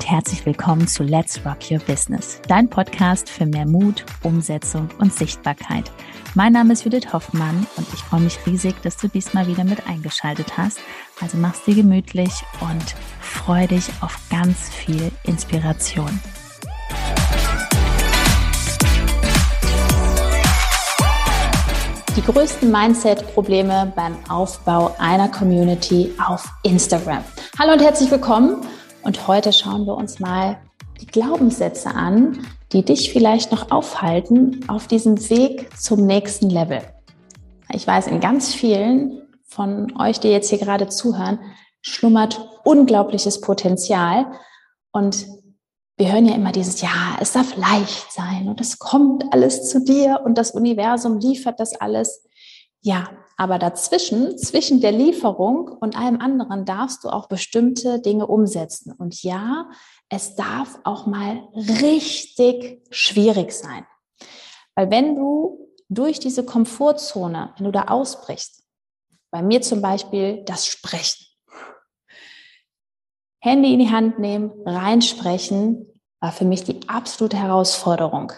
und herzlich willkommen zu Let's Rock Your Business, dein Podcast für mehr Mut, Umsetzung und Sichtbarkeit. Mein Name ist Judith Hoffmann und ich freue mich riesig, dass du diesmal wieder mit eingeschaltet hast. Also mach's dir gemütlich und freu dich auf ganz viel Inspiration. Die größten Mindset-Probleme beim Aufbau einer Community auf Instagram. Hallo und herzlich willkommen. Und heute schauen wir uns mal die Glaubenssätze an, die dich vielleicht noch aufhalten auf diesem Weg zum nächsten Level. Ich weiß, in ganz vielen von euch, die jetzt hier gerade zuhören, schlummert unglaubliches Potenzial. Und wir hören ja immer dieses, ja, es darf leicht sein und es kommt alles zu dir und das Universum liefert das alles. Ja, aber zwischen der Lieferung und allem anderen darfst du auch bestimmte Dinge umsetzen. Und ja, es darf auch mal richtig schwierig sein. Weil wenn du durch diese Komfortzone, wenn du da ausbrichst, bei mir zum Beispiel das Sprechen, Handy in die Hand nehmen, reinsprechen, war für mich die absolute Herausforderung.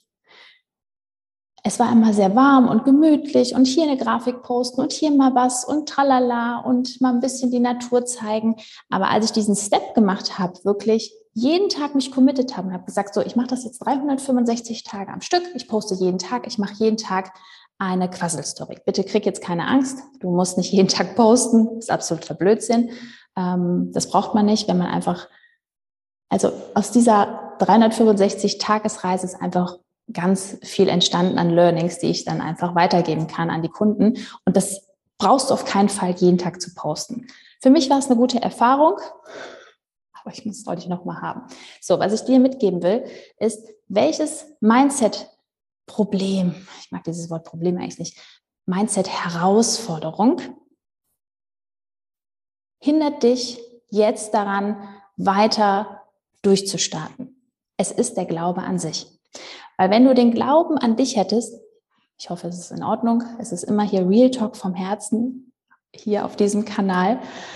Es war immer sehr warm und gemütlich und hier eine Grafik posten und hier mal was und tralala und mal ein bisschen die Natur zeigen. Aber als ich diesen Step gemacht habe, wirklich jeden Tag mich committed habe und habe gesagt, so, ich mache das jetzt 365 Tage am Stück, ich poste jeden Tag, ich mache jeden Tag eine Quasselstory. Bitte krieg jetzt keine Angst, du musst nicht jeden Tag posten, das ist absoluter Blödsinn. Das braucht man nicht, wenn man einfach, also aus dieser 365-Tagesreise ist einfach ganz viel entstanden an Learnings, die ich dann einfach weitergeben kann an die Kunden. Und das brauchst du auf keinen Fall jeden Tag zu posten. Für mich war es eine gute Erfahrung, aber ich muss es heute noch mal haben. So, was ich dir mitgeben will, ist, welches Mindset-Problem, ich mag dieses Wort Problem eigentlich nicht, Mindset-Herausforderung, hindert dich jetzt daran, weiter durchzustarten. Es ist der Glaube an sich. Weil wenn du den Glauben an dich hättest, ich hoffe, es ist in Ordnung, es ist immer hier Real Talk vom Herzen, hier auf diesem Kanal,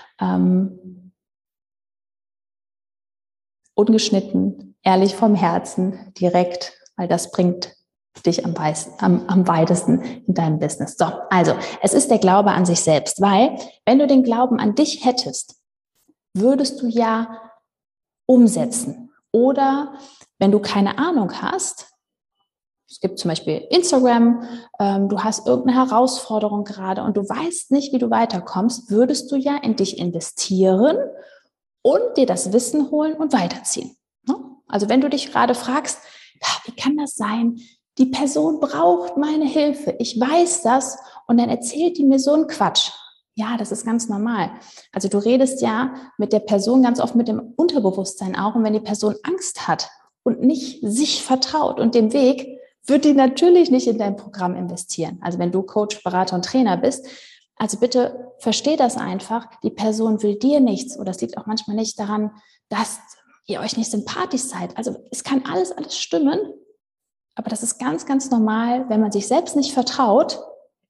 ungeschnitten, ehrlich vom Herzen, direkt, weil das bringt dich am weitesten in deinem Business. So, also, es ist der Glaube an sich selbst, weil wenn du den Glauben an dich hättest, würdest du ja umsetzen. Oder wenn du keine Ahnung hast, es gibt zum Beispiel Instagram, du hast irgendeine Herausforderung gerade und du weißt nicht, wie du weiterkommst, würdest du ja in dich investieren und dir das Wissen holen und weiterziehen. Also wenn du dich gerade fragst, wie kann das sein? Die Person braucht meine Hilfe. Ich weiß das und dann erzählt die mir so einen Quatsch. Ja, das ist ganz normal. Also du redest ja mit der Person ganz oft mit dem Unterbewusstsein auch. Und wenn die Person Angst hat und nicht sich vertraut und dem Weg, wird die natürlich nicht in dein Programm investieren. Also wenn du Coach, Berater und Trainer bist, also bitte versteh das einfach. Die Person will dir nichts oder es liegt auch manchmal nicht daran, dass ihr euch nicht sympathisch seid. Also es kann alles stimmen, aber das ist ganz, ganz normal. Wenn man sich selbst nicht vertraut,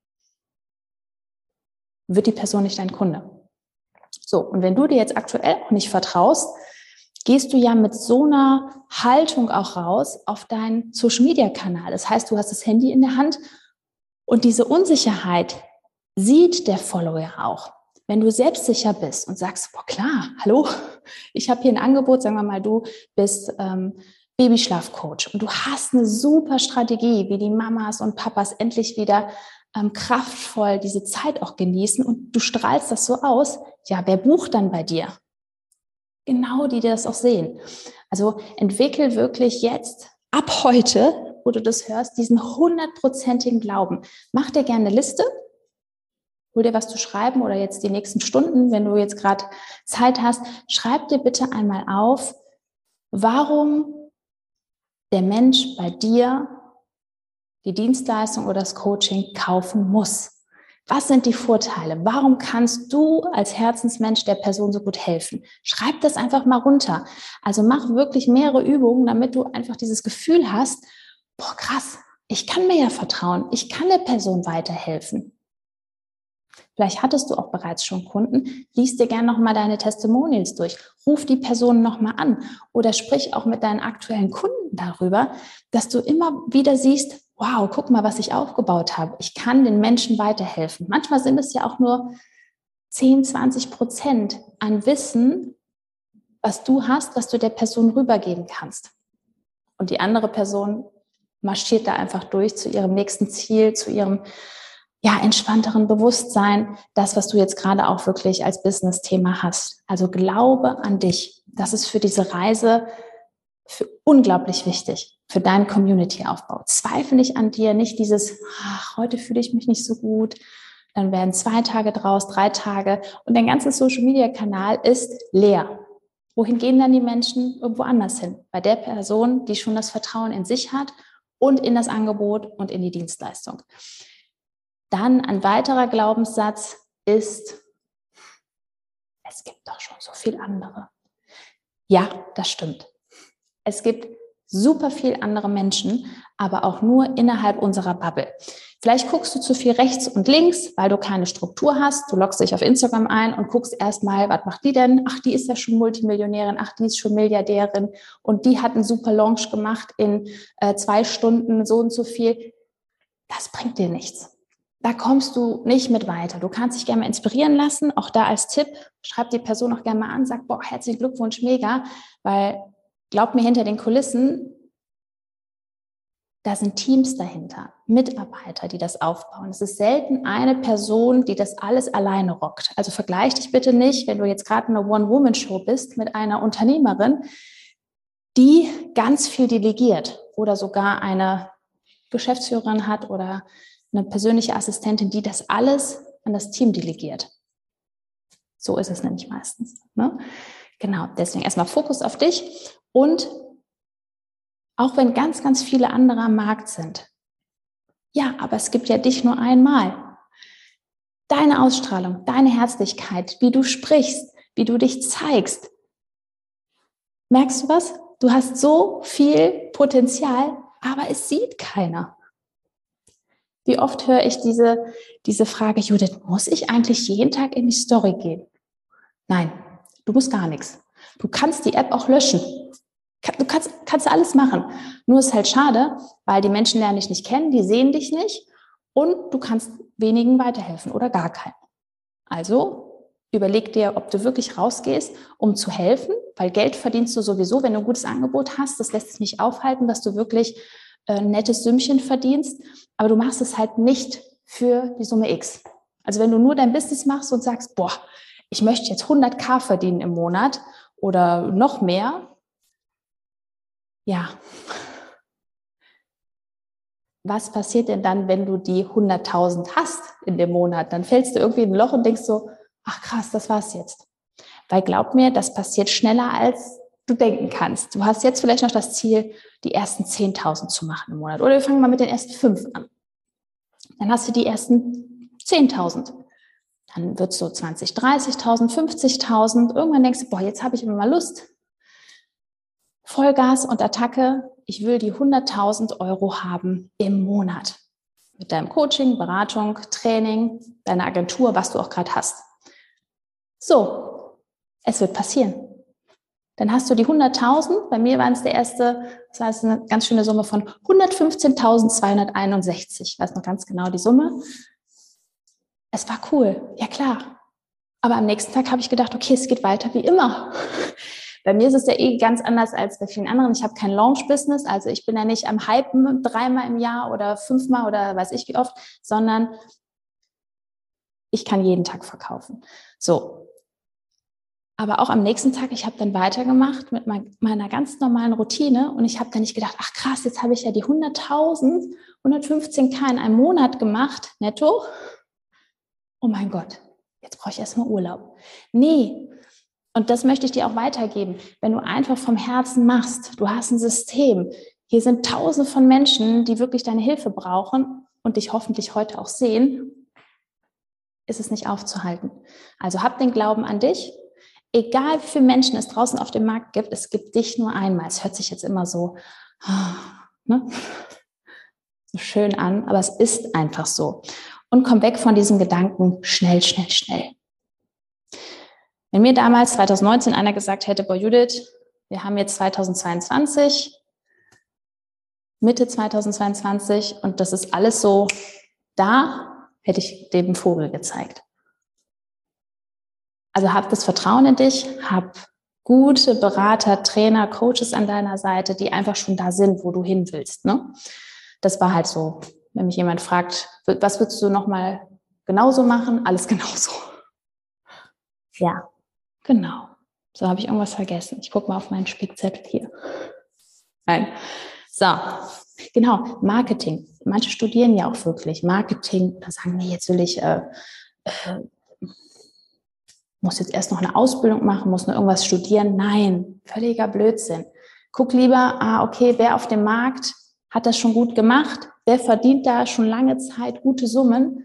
wird die Person nicht dein Kunde. So, und wenn du dir jetzt aktuell auch nicht vertraust, gehst du ja mit so einer Haltung auch raus auf deinen Social-Media-Kanal. Das heißt, du hast das Handy in der Hand und diese Unsicherheit sieht der Follower auch. Wenn du selbstsicher bist und sagst, boah klar, hallo, ich habe hier ein Angebot, sagen wir mal, du bist Babyschlafcoach und du hast eine super Strategie, wie die Mamas und Papas endlich wieder kraftvoll diese Zeit auch genießen und du strahlst das so aus, ja, wer bucht dann bei dir? Genau, die das auch sehen. Also entwickel wirklich jetzt, ab heute, wo du das hörst, diesen 100%igen Glauben. Mach dir gerne eine Liste, hol dir was zu schreiben oder jetzt die nächsten Stunden, wenn du jetzt gerade Zeit hast, schreib dir bitte einmal auf, warum der Mensch bei dir die Dienstleistung oder das Coaching kaufen muss. Was sind die Vorteile? Warum kannst du als Herzensmensch der Person so gut helfen? Schreib das einfach mal runter. Also mach wirklich mehrere Übungen, damit du einfach dieses Gefühl hast, boah krass, ich kann mir ja vertrauen, ich kann der Person weiterhelfen. Vielleicht hattest du auch bereits schon Kunden. Lies dir gerne nochmal deine Testimonials durch. Ruf die Person nochmal an oder sprich auch mit deinen aktuellen Kunden darüber, dass du immer wieder siehst, wow, guck mal, was ich aufgebaut habe. Ich kann den Menschen weiterhelfen. Manchmal sind es ja auch nur 10-20% an Wissen, was du hast, was du der Person rübergeben kannst. Und die andere Person marschiert da einfach durch zu ihrem nächsten Ziel, zu ihrem entspannteren Bewusstsein, das, was du jetzt gerade auch wirklich als Business-Thema hast. Also glaube an dich. Das ist für diese Reise unglaublich wichtig, für deinen Community-Aufbau. Zweifle nicht an dir, nicht dieses, heute fühle ich mich nicht so gut, dann werden 2 Tage draus, 3 Tage und dein ganzer Social-Media-Kanal ist leer. Wohin gehen dann die Menschen? Irgendwo anders hin. Bei der Person, die schon das Vertrauen in sich hat und in das Angebot und in die Dienstleistung. Dann ein weiterer Glaubenssatz ist, es gibt doch schon so viel andere. Ja, das stimmt. Es gibt super viel andere Menschen, aber auch nur innerhalb unserer Bubble. Vielleicht guckst du zu viel rechts und links, weil du keine Struktur hast. Du loggst dich auf Instagram ein und guckst erstmal, was macht die denn? Ach, die ist ja schon Multimillionärin. Ach, die ist schon Milliardärin. Und die hat einen super Launch gemacht in 2 Stunden, so und so viel. Das bringt dir nichts. Da kommst du nicht mit weiter. Du kannst dich gerne mal inspirieren lassen. Auch da als Tipp, schreib die Person auch gerne mal an, sag, boah, herzlichen Glückwunsch, mega. Weil, glaub mir, hinter den Kulissen, da sind Teams dahinter, Mitarbeiter, die das aufbauen. Es ist selten eine Person, die das alles alleine rockt. Also vergleich dich bitte nicht, wenn du jetzt gerade in einer One-Woman-Show bist, mit einer Unternehmerin, die ganz viel delegiert oder sogar eine Geschäftsführerin hat oder eine persönliche Assistentin, die das alles an das Team delegiert. So ist es nämlich meistens. Ne? Genau, deswegen erstmal Fokus auf dich und auch wenn ganz, ganz viele andere am Markt sind. Ja, aber es gibt ja dich nur einmal. Deine Ausstrahlung, deine Herzlichkeit, wie du sprichst, wie du dich zeigst. Merkst du was? Du hast so viel Potenzial, aber es sieht keiner. Wie oft höre ich diese Frage, Judith, muss ich eigentlich jeden Tag in die Story gehen? Nein, du musst gar nichts. Du kannst die App auch löschen. Du kannst alles machen. Nur ist halt schade, weil die Menschen lernen dich nicht kennen, die sehen dich nicht und du kannst wenigen weiterhelfen oder gar keinen. Also überleg dir, ob du wirklich rausgehst, um zu helfen, weil Geld verdienst du sowieso, wenn du ein gutes Angebot hast. Das lässt sich nicht aufhalten, dass du wirklich ein nettes Sümmchen verdienst, aber du machst es halt nicht für die Summe X. Also wenn du nur dein Business machst und sagst, boah, ich möchte jetzt 100.000 verdienen im Monat oder noch mehr, ja, was passiert denn dann, wenn du die 100.000 hast in dem Monat? Dann fällst du irgendwie in ein Loch und denkst so, ach krass, das war's jetzt. Weil glaub mir, das passiert schneller, als du denken kannst. Du hast jetzt vielleicht noch das Ziel, die ersten 10.000 zu machen im Monat. Oder wir fangen mal mit den ersten 5 an. Dann hast du die ersten 10.000. Dann wird es so 20.000, 30.000, 50.000. Irgendwann denkst du, boah, jetzt habe ich immer mal Lust. Vollgas und Attacke. Ich will die 100.000 Euro haben im Monat. Mit deinem Coaching, Beratung, Training, deiner Agentur, was du auch gerade hast. So, es wird passieren. Dann hast du die 100.000. Bei mir waren es der erste, das heißt eine ganz schöne Summe von 115.261. Ich weiß noch ganz genau die Summe. Es war cool, ja klar. Aber am nächsten Tag habe ich gedacht, okay, es geht weiter wie immer. Bei mir ist es ja ganz anders als bei vielen anderen. Ich habe kein Launch-Business, also ich bin ja nicht am Hypen 3-mal im Jahr oder 5-mal oder weiß ich wie oft, sondern ich kann jeden Tag verkaufen. So. Aber auch am nächsten Tag, ich habe dann weitergemacht mit meiner ganz normalen Routine und ich habe dann nicht gedacht, ach krass, jetzt habe ich ja die 100.000, 115.000 in einem Monat gemacht, netto. Oh mein Gott, jetzt brauche ich erstmal Urlaub. Nee, und das möchte ich dir auch weitergeben. Wenn du einfach vom Herzen machst, du hast ein System. Hier sind Tausende von Menschen, die wirklich deine Hilfe brauchen und dich hoffentlich heute auch sehen, ist es nicht aufzuhalten. Also hab den Glauben an dich. Egal wie viele Menschen es draußen auf dem Markt gibt, es gibt dich nur einmal. Es hört sich jetzt immer so, ne? So schön an, aber es ist einfach so. und komm weg von diesem Gedanken schnell, schnell, schnell. Wenn mir damals 2019 einer gesagt hätte, boah Judith, wir haben jetzt 2022, Mitte 2022 und das ist alles so da, hätte ich dem Vogel gezeigt. Also hab das Vertrauen in dich, hab gute Berater, Trainer, Coaches an deiner Seite, die einfach schon da sind, wo du hin willst. Ne? Das war halt so, wenn mich jemand fragt, was würdest du nochmal genauso machen? Alles genauso. Ja, genau. So, habe ich irgendwas vergessen. Ich gucke mal auf meinen Spickzettel hier. Nein. So, genau, Marketing. Manche studieren ja auch wirklich Marketing. Da sagen wir, jetzt will ich, muss jetzt erst noch eine Ausbildung machen, muss noch irgendwas studieren. Nein, völliger Blödsinn. Guck lieber, okay, wer auf dem Markt hat das schon gut gemacht? Wer verdient da schon lange Zeit gute Summen?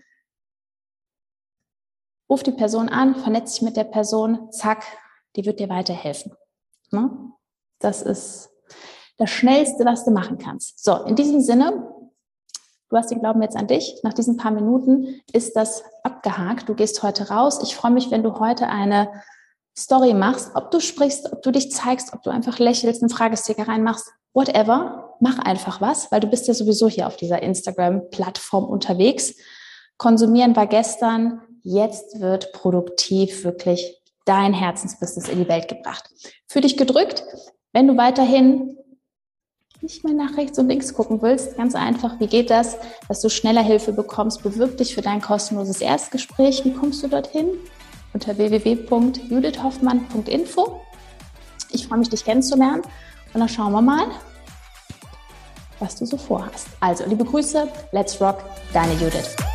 Ruf die Person an, vernetz dich mit der Person, zack, die wird dir weiterhelfen. Ne? Das ist das Schnellste, was du machen kannst. So, in diesem Sinne, du hast den Glauben jetzt an dich. Nach diesen paar Minuten ist das abgehakt. Du gehst heute raus. Ich freue mich, wenn du heute eine Story machst, ob du sprichst, ob du dich zeigst, ob du einfach lächelst, einen Fragesticker reinmachst, whatever. Mach einfach was, weil du bist ja sowieso hier auf dieser Instagram-Plattform unterwegs. Konsumieren war gestern, jetzt wird produktiv wirklich dein Herzensbusiness in die Welt gebracht. Fühl dich gedrückt. Wenn du weiterhin nicht mehr nach rechts und links gucken willst, ganz einfach, wie geht das, dass du schneller Hilfe bekommst, bewirb dich für dein kostenloses Erstgespräch. Wie kommst du dorthin? Unter www.judithhoffmann.info. Ich freue mich, dich kennenzulernen und dann schauen wir mal, was du so vorhast. Also, liebe Grüße, let's rock, deine Judith.